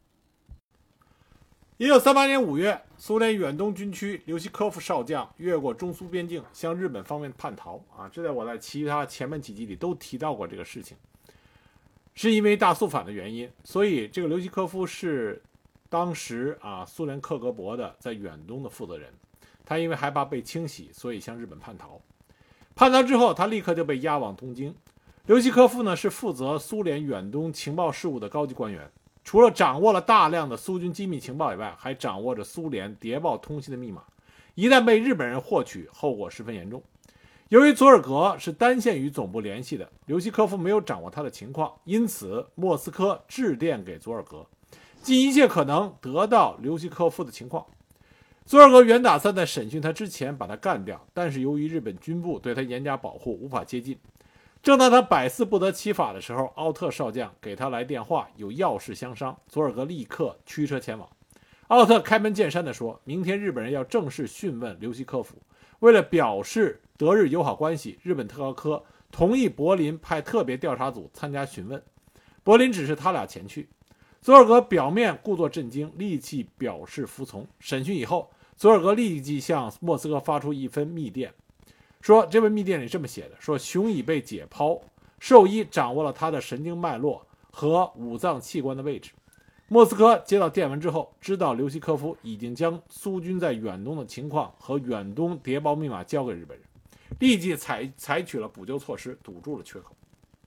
一九三八年五月，苏联远东军区刘希科夫少将越过中苏边境向日本方面叛逃啊，这在我在其他前面几集里都提到过这个事情。是因为大肃反的原因，所以这个刘希科夫是当时啊苏联克格勃的在远东的负责人，他因为害怕被清洗，所以向日本叛逃。叛逃之后，他立刻就被押往东京。刘希科夫呢是负责苏联远东情报事务的高级官员，除了掌握了大量的苏军机密情报以外，还掌握着苏联谍报通信的密码。一旦被日本人获取，后果十分严重。由于佐尔格是单线与总部联系的，刘希科夫没有掌握他的情况，因此莫斯科致电给佐尔格，尽一切可能得到刘希科夫的情况。佐尔格原打算在审讯他之前把他干掉，但是由于日本军部对他严加保护，无法接近。正当他百思不得其法的时候，奥特少将给他来电话，有要事相商。佐尔格立刻驱车前往。奥特开门见山地说，明天日本人要正式讯问刘希科夫，为了表示德日友好关系，日本特高科同意柏林派特别调查组参加询问，柏林指示他俩前去。佐尔格表面故作震惊，立即表示服从。审讯以后，佐尔格立即向莫斯科发出一封密电，说这份密电里这么写的，说熊已被解剖，兽医掌握了他的神经脉络和五脏器官的位置。莫斯科接到电文之后，知道刘希科夫已经将苏军在远东的情况和远东谍报密码交给日本人，立即采采取了补救措施，堵住了缺口。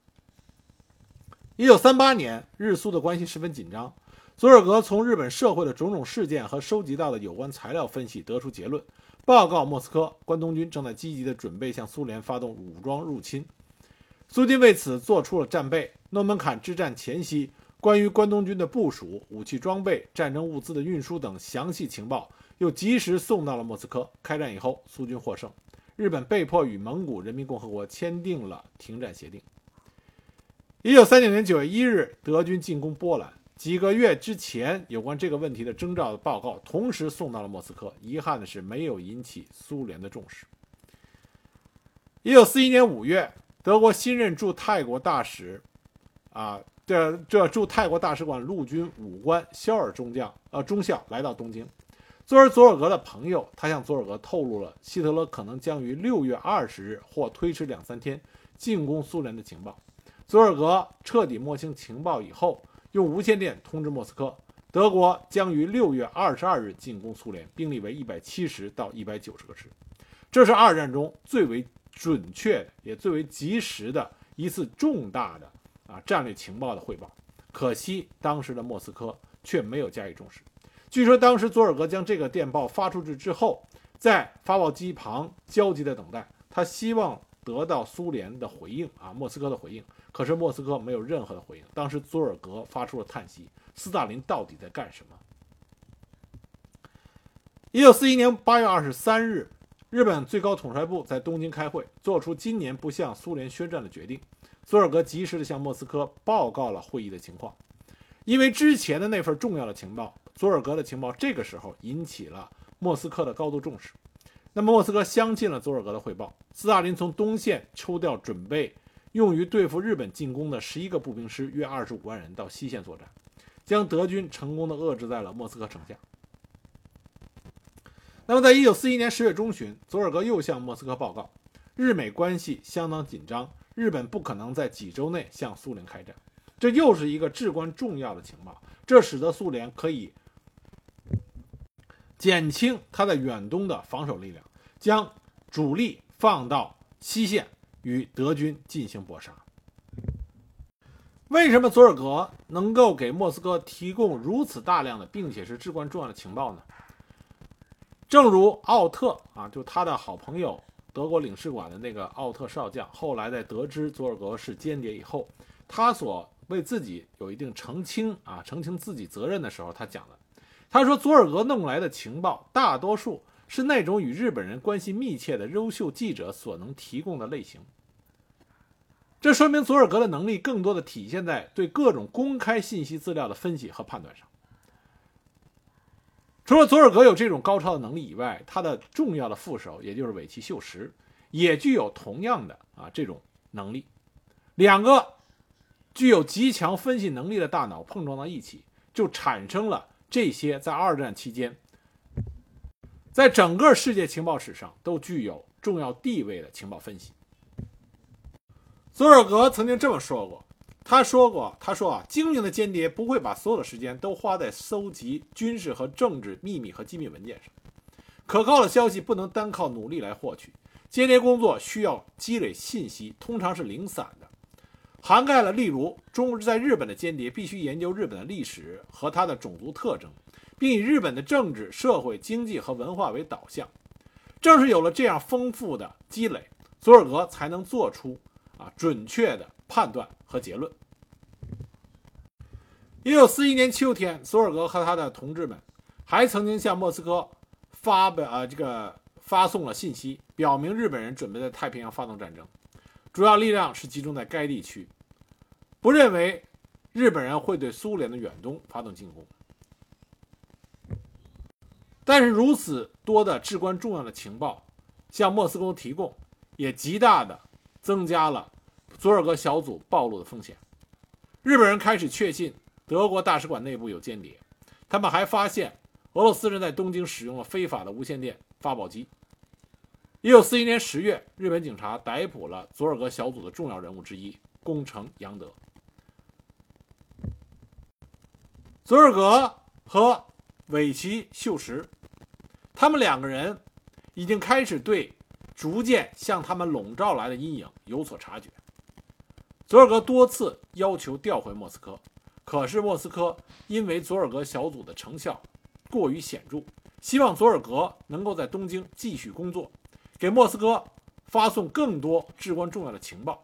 一九三八年，日苏的关系十分紧张。佐尔格从日本社会的种种事件和收集到的有关材料分析，得出结论，报告莫斯科，关东军正在积极地准备向苏联发动武装入侵。苏军为此做出了战备。诺门坎之战前夕，关于关东军的部署、武器装备、战争物资的运输等详细情报又及时送到了莫斯科。开战以后，苏军获胜，日本被迫与蒙古人民共和国签订了停战协定。一九三九年九月一日，德军进攻波兰。几个月之前，有关这个问题的征兆的报告同时送到了莫斯科，遗憾的是没有引起苏联的重视。一九四一年五月，德国新任驻泰国大使啊，这这驻泰国大使馆陆军武官肖尔中将呃中校来到东京。作为佐尔格的朋友，他向佐尔格透露了希特勒可能将于六月二十日或推迟两三天进攻苏联的情报。佐尔格彻底摸清情报以后，用无线电通知莫斯科，德国将于六月二十二日进攻苏联，兵力为一百七十到一百九十个师。这是二战中最为准确的，也最为及时的一次重大的啊战略情报的汇报。可惜当时的莫斯科却没有加以重视。据说当时佐尔格将这个电报发出去之后，在发报机旁焦急地等待，他希望得到苏联的回应啊，莫斯科的回应。可是莫斯科没有任何的回应。当时佐尔格发出了叹息：斯大林到底在干什么？一九四一年八月二十三日，日本最高统帅部在东京开会，做出今年不向苏联宣战的决定。佐尔格及时地向莫斯科报告了会议的情况。因为之前的那份重要的情报，佐尔格的情报这个时候引起了莫斯科的高度重视。 那么莫斯科相信了佐尔格的汇报，斯大林从东线抽调准备用于对付日本进攻的十一个步兵师约二十五万人到西线作战，将德军成功地遏制在了莫斯科城下。那么在一九四一年十月中旬，佐尔格又向莫斯科报告，日美关系相当紧张，日本不可能在几周内向苏联开战。这又是一个至关重要的情报，这使得苏联可以减轻他在远东的防守力量，将主力放到西线与德军进行搏杀。为什么佐尔格能够给莫斯科提供如此大量的并且是至关重要的情报呢？正如奥特啊，就他的好朋友德国领事馆的那个奥特少将，后来在得知佐尔格是间谍以后，他所为自己有一定澄清啊，澄清自己责任的时候，他讲的，他说佐尔格弄来的情报大多数是那种与日本人关系密切的优秀记者所能提供的类型。这说明佐尔格的能力更多的体现在对各种公开信息资料的分析和判断上。除了佐尔格有这种高超的能力以外，他的重要的副手也就是尾崎秀实也具有同样的啊这种能力。两个具有极强分析能力的大脑碰撞到一起，就产生了这些在二战期间在整个世界情报史上都具有重要地位的情报分析。佐尔格曾经这么说过，他说过，他说啊，精明的间谍不会把所有的时间都花在搜集军事和政治秘密和机密文件上。可靠的消息不能单靠努力来获取，间谍工作需要积累信息，通常是零散的，涵盖了例如中在日本的间谍必须研究日本的历史和它的种族特征，并以日本的政治、社会、经济和文化为导向。正是有了这样丰富的积累，佐尔格才能做出啊准确的判断和结论。一九四一年秋天，佐尔格和他的同志们还曾经向莫斯科发表啊这个发送了信息，表明日本人准备在太平洋发动战争，主要力量是集中在该地区，不认为日本人会对苏联的远东发动进攻。但是如此多的至关重要的情报向莫斯科提供，也极大的增加了佐尔格小组暴露的风险。日本人开始确信德国大使馆内部有间谍，他们还发现俄罗斯人在东京使用了非法的无线电发报机。一九四一年十月，日本警察逮捕了佐尔格小组的重要人物之一宫城洋德。佐尔格和尾崎秀实，他们两个人已经开始对逐渐向他们笼罩来的阴影有所察觉。佐尔格多次要求调回莫斯科，可是莫斯科因为佐尔格小组的成效过于显著，希望佐尔格能够在东京继续工作，给莫斯科发送更多至关重要的情报。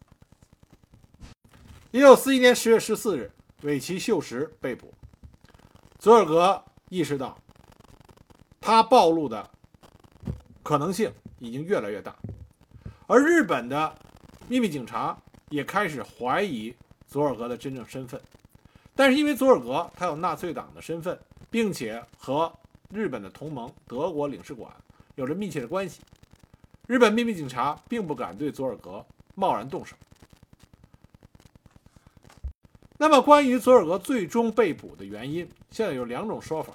一九四一年十月十四日，尾崎秀实被捕。佐尔格意识到他暴露的可能性已经越来越大，而日本的秘密警察也开始怀疑佐尔格的真正身份。但是因为佐尔格他有纳粹党的身份，并且和日本的同盟德国领事馆有着密切的关系，日本秘密警察并不敢对佐尔格贸然动手。那么关于佐尔格最终被捕的原因，现在有两种说法。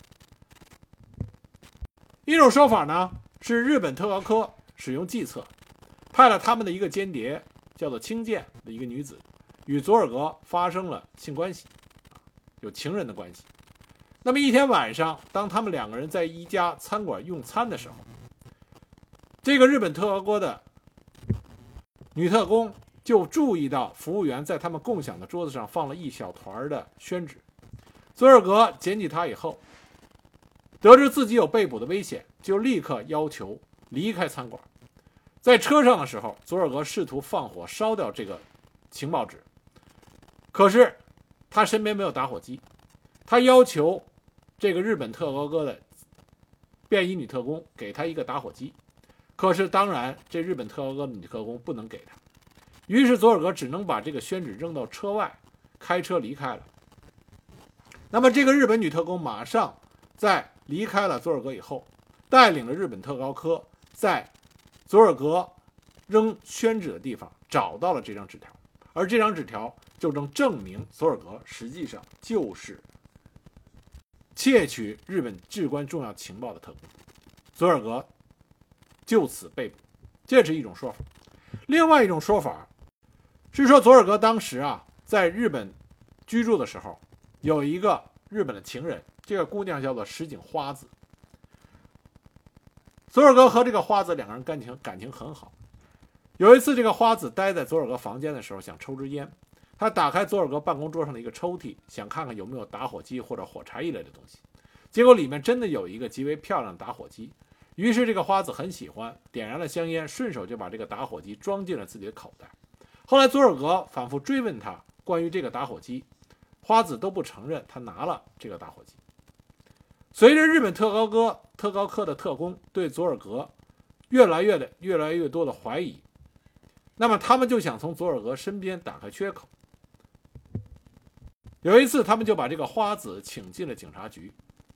一种说法呢，是日本特高科使用计策，派了他们的一个间谍叫做清见的一个女子与佐尔格发生了性关系，有情人的关系。那么一天晚上，当他们两个人在一家餐馆用餐的时候，这个日本特高科的女特工就注意到服务员在他们共享的桌子上放了一小团的宣纸。佐尔格捡起它以后，得知自己有被捕的危险，就立刻要求离开餐馆。在车上的时候，佐尔格试图放火烧掉这个情报纸，可是他身边没有打火机，他要求这个日本特高科的便衣女特工给他一个打火机，可是当然这日本特高科的女特工不能给他，于是佐尔格只能把这个宣纸扔到车外，开车离开了。那么这个日本女特工马上在离开了佐尔格以后， 带领了日本特高科在佐尔格扔宣纸的地方找到了这张纸条，而这张纸条就能证明佐尔格实际上就是窃取日本至关重要情报的特工，佐尔格就此被捕，这是一种说法。另外一种说法是说，佐尔格当时啊在日本居住的时候，有一个日本的情人，这个姑娘叫做石井花子。佐尔格和这个花子两个人感情感情很好。有一次，这个花子待在佐尔格房间的时候，想抽支烟。他打开佐尔格办公桌上的一个抽屉，想看看有没有打火机或者火柴一类的东西。结果里面真的有一个极为漂亮的打火机。于是这个花子很喜欢，点燃了香烟，顺手就把这个打火机装进了自己的口袋。后来佐尔格反复追问他关于这个打火机，花子都不承认他拿了这个打火机。随着日本特高科特高科的特工对佐尔格越来越的越来越多的怀疑，那么他们就想从佐尔格身边打开缺口。有一次，他们就把这个花子请进了警察局。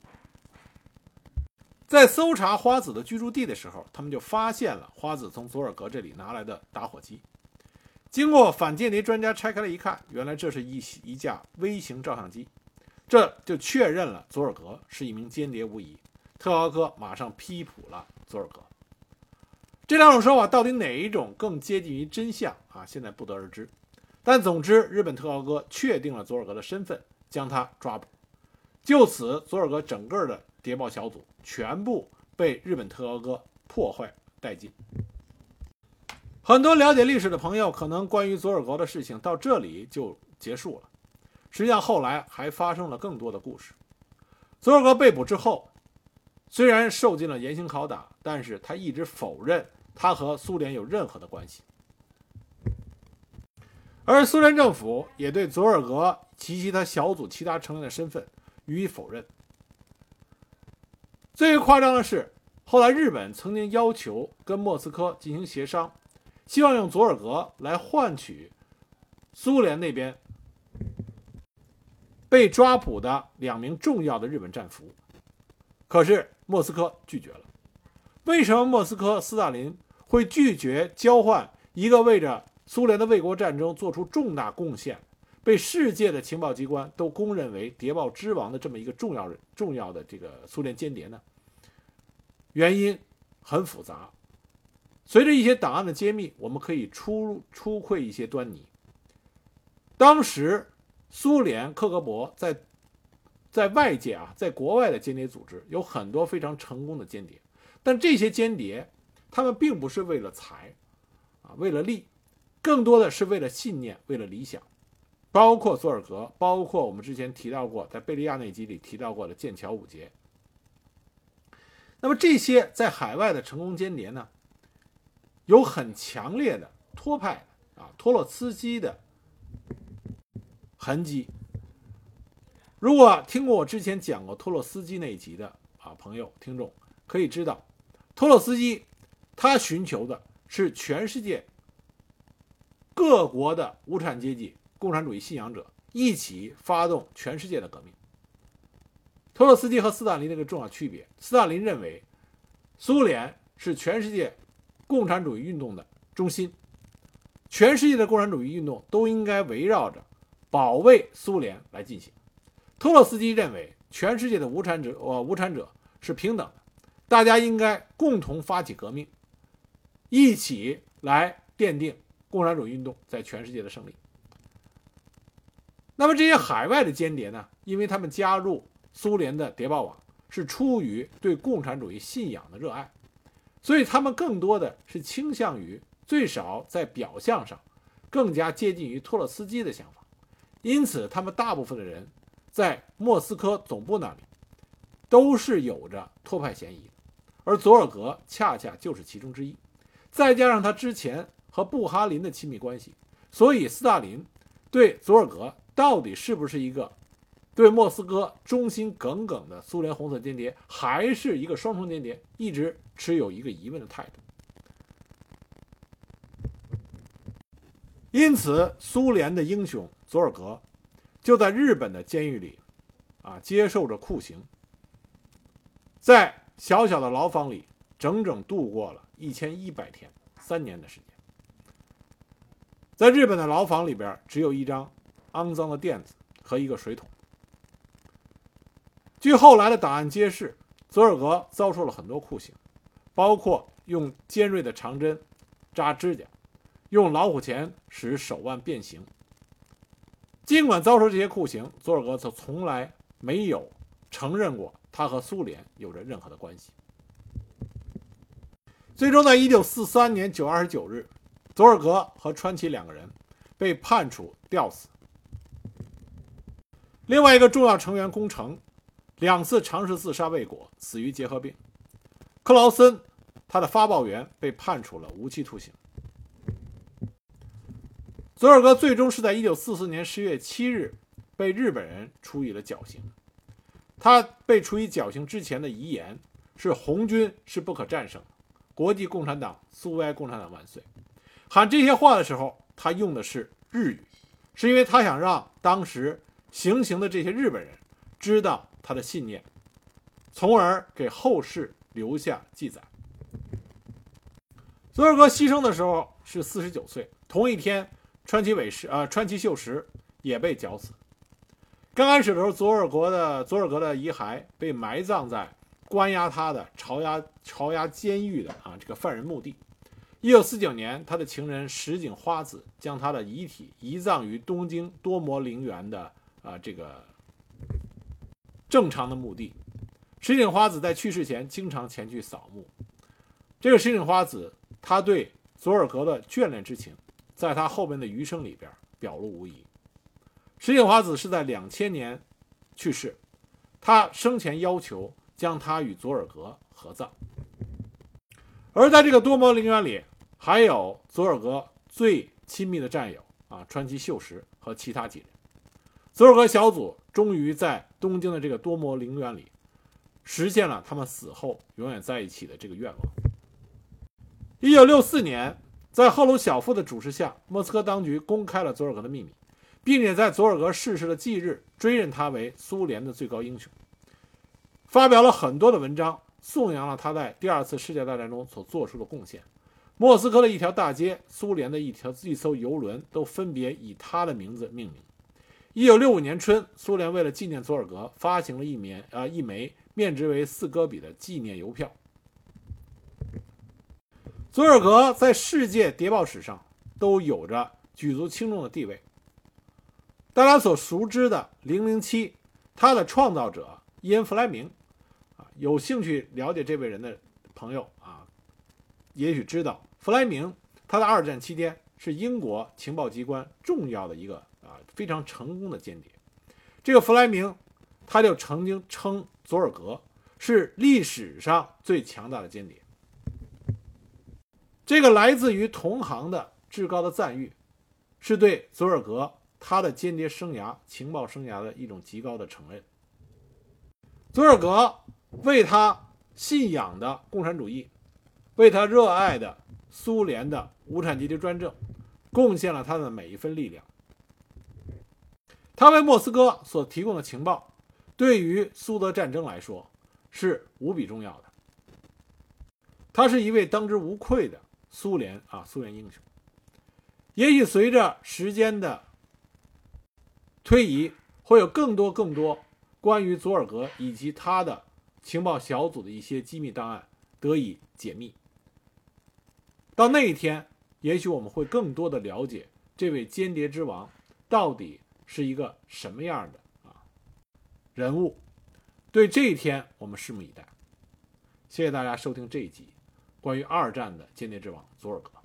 在搜查花子的居住地的时候，他们就发现了花子从佐尔格这里拿来的打火机。经过反间谍专家拆开了一看，原来这是一一架微型照相机，这就确认了佐尔格是一名间谍无疑。特高科马上批捕了佐尔格。这两种说法到底哪一种更接近于真相啊？现在不得而知。但总之，日本特高科确定了佐尔格的身份，将他抓捕。就此，佐尔格整个的谍报小组全部被日本特高科破坏殆尽。很多了解历史的朋友，可能关于佐尔格的事情到这里就结束了。实际上，后来还发生了更多的故事。佐尔格被捕之后，虽然受尽了严刑拷打，但是他一直否认他和苏联有任何的关系。而苏联政府也对佐尔格及其他小组其他成员的身份予以否认。最为夸张的是，后来日本曾经要求跟莫斯科进行协商，希望用佐尔格来换取苏联那边被抓捕的两名重要的日本战俘。可是莫斯科拒绝了。为什么莫斯科斯大林会拒绝交换一个为着苏联的卫国战争做出重大贡献，被世界的情报机关都公认为谍报之王的这么一个重要人重要的这个苏联间谍呢？原因很复杂。随着一些档案的揭秘，我们可以初初窥一些端倪。当时苏联克格勃在在外界啊，在国外的间谍组织有很多非常成功的间谍，但这些间谍他们并不是为了财啊，为了利，更多的是为了信念，为了理想。包括佐尔格，包括我们之前提到过，在贝利亚那集里提到过的剑桥五杰。那么这些在海外的成功间谍呢，有很强烈的托派啊托洛茨基的痕迹。如果听过我之前讲过托洛斯基那一集的啊朋友听众可以知道，托洛斯基他寻求的是全世界各国的无产阶级共产主义信仰者一起发动全世界的革命。托洛斯基和斯大林的一个重要区别，斯大林认为苏联是全世界共产主义运动的中心，全世界的共产主义运动都应该围绕着保卫苏联来进行。托洛斯基认为全世界的无产者、呃、无产者是平等的，大家应该共同发起革命，一起来奠定共产主义运动在全世界的胜利。那么这些海外的间谍呢，因为他们加入苏联的谍报网是出于对共产主义信仰的热爱，所以他们更多的是倾向于最少在表象上更加接近于托洛斯基的想法。因此他们大部分的人在莫斯科总部那里都是有着托派嫌疑的，而佐尔格恰恰就是其中之一。再加上他之前和布哈林的亲密关系，所以斯大林对佐尔格到底是不是一个对莫斯科忠心耿耿的苏联红色间谍，还是一个双重间谍，一直持有一个疑问的态度。因此苏联的英雄佐尔格就在日本的监狱里啊接受着酷刑。在小小的牢房里整整度过了一千一百天，三年的时间。在日本的牢房里边，只有一张肮脏的垫子和一个水桶。据后来的档案揭示，佐尔格遭受了很多酷刑，包括用尖锐的长针扎指甲，用老虎钳使手腕变形。尽管遭受这些酷刑，佐尔格则从来没有承认过他和苏联有着任何的关系。最终在一九四三年九月二十九日，佐尔格和川崎两个人被判处吊死。另外一个重要成员宫城两次尝试自杀未果，死于结核病。克劳森他的发报员被判处了无期徒刑。佐尔格最终是在一九四四年十月七日被日本人处以了绞刑。他被处以绞刑之前的遗言是红军是不可战胜的，国际共产党，苏维埃共产党万岁。喊这些话的时候，他用的是日语，是因为他想让当时行刑的这些日本人知道他的信念，从而给后世留下记载。佐尔格牺牲的时候是四十九岁，同一天川崎伟士呃川崎秀实也被绞死。刚开始的时候，佐尔格的佐尔格的遗骸被埋葬在关押他的朝押朝押监狱的啊这个犯人墓地。一九四九年，他的情人石井花子将他的遗体移葬于东京多摩陵园的啊这个正常的墓地。石井花子在去世前经常前去扫墓。这个石井花子，他对佐尔格的眷恋之情，在他后边的余生里边表露无遗。石井花子是在两千年去世，他生前要求将他与佐尔格合葬。而在这个多摩陵园里，还有佐尔格最亲密的战友啊川崎秀实和其他几人。佐尔格小组终于在东京的这个多摩陵园里实现了他们死后永远在一起的这个愿望。一九六四年，在赫鲁晓夫的主持下，莫斯科当局公开了佐尔格的秘密，并且在佐尔格逝世的忌日追认他为苏联的最高英雄，发表了很多的文章，颂扬了他在第二次世界大战中所做出的贡献。莫斯科的一条大街，苏联的一条一艘游轮都分别以他的名字命名。一九六五年春，苏联为了纪念佐尔格，发行了一枚呃一枚面值为四戈比的纪念邮票。佐尔格在世界谍报史上都有着举足轻重的地位。大家所熟知的零零七，他的创造者伊恩·弗莱明啊，有兴趣了解这位人的朋友啊，也许知道弗莱明他在二战期间是英国情报机关重要的一个啊非常成功的间谍。这个弗莱明他就曾经称佐尔格是历史上最强大的间谍。这个来自于同行的至高的赞誉，是对佐尔格他的间谍生涯、情报生涯的一种极高的承认。佐尔格为他信仰的共产主义，为他热爱的苏联的无产阶级专政，贡献了他的每一分力量。他为莫斯科所提供的情报，对于苏德战争来说是无比重要的。他是一位当之无愧的苏联啊，苏联英雄。也许随着时间的推移，会有更多更多关于佐尔格以及他的情报小组的一些机密档案得以解密。到那一天，也许我们会更多的了解这位间谍之王到底是一个什么样的啊人物。对这一天，我们拭目以待。谢谢大家收听这一集关于二战的间谍之王佐尔格。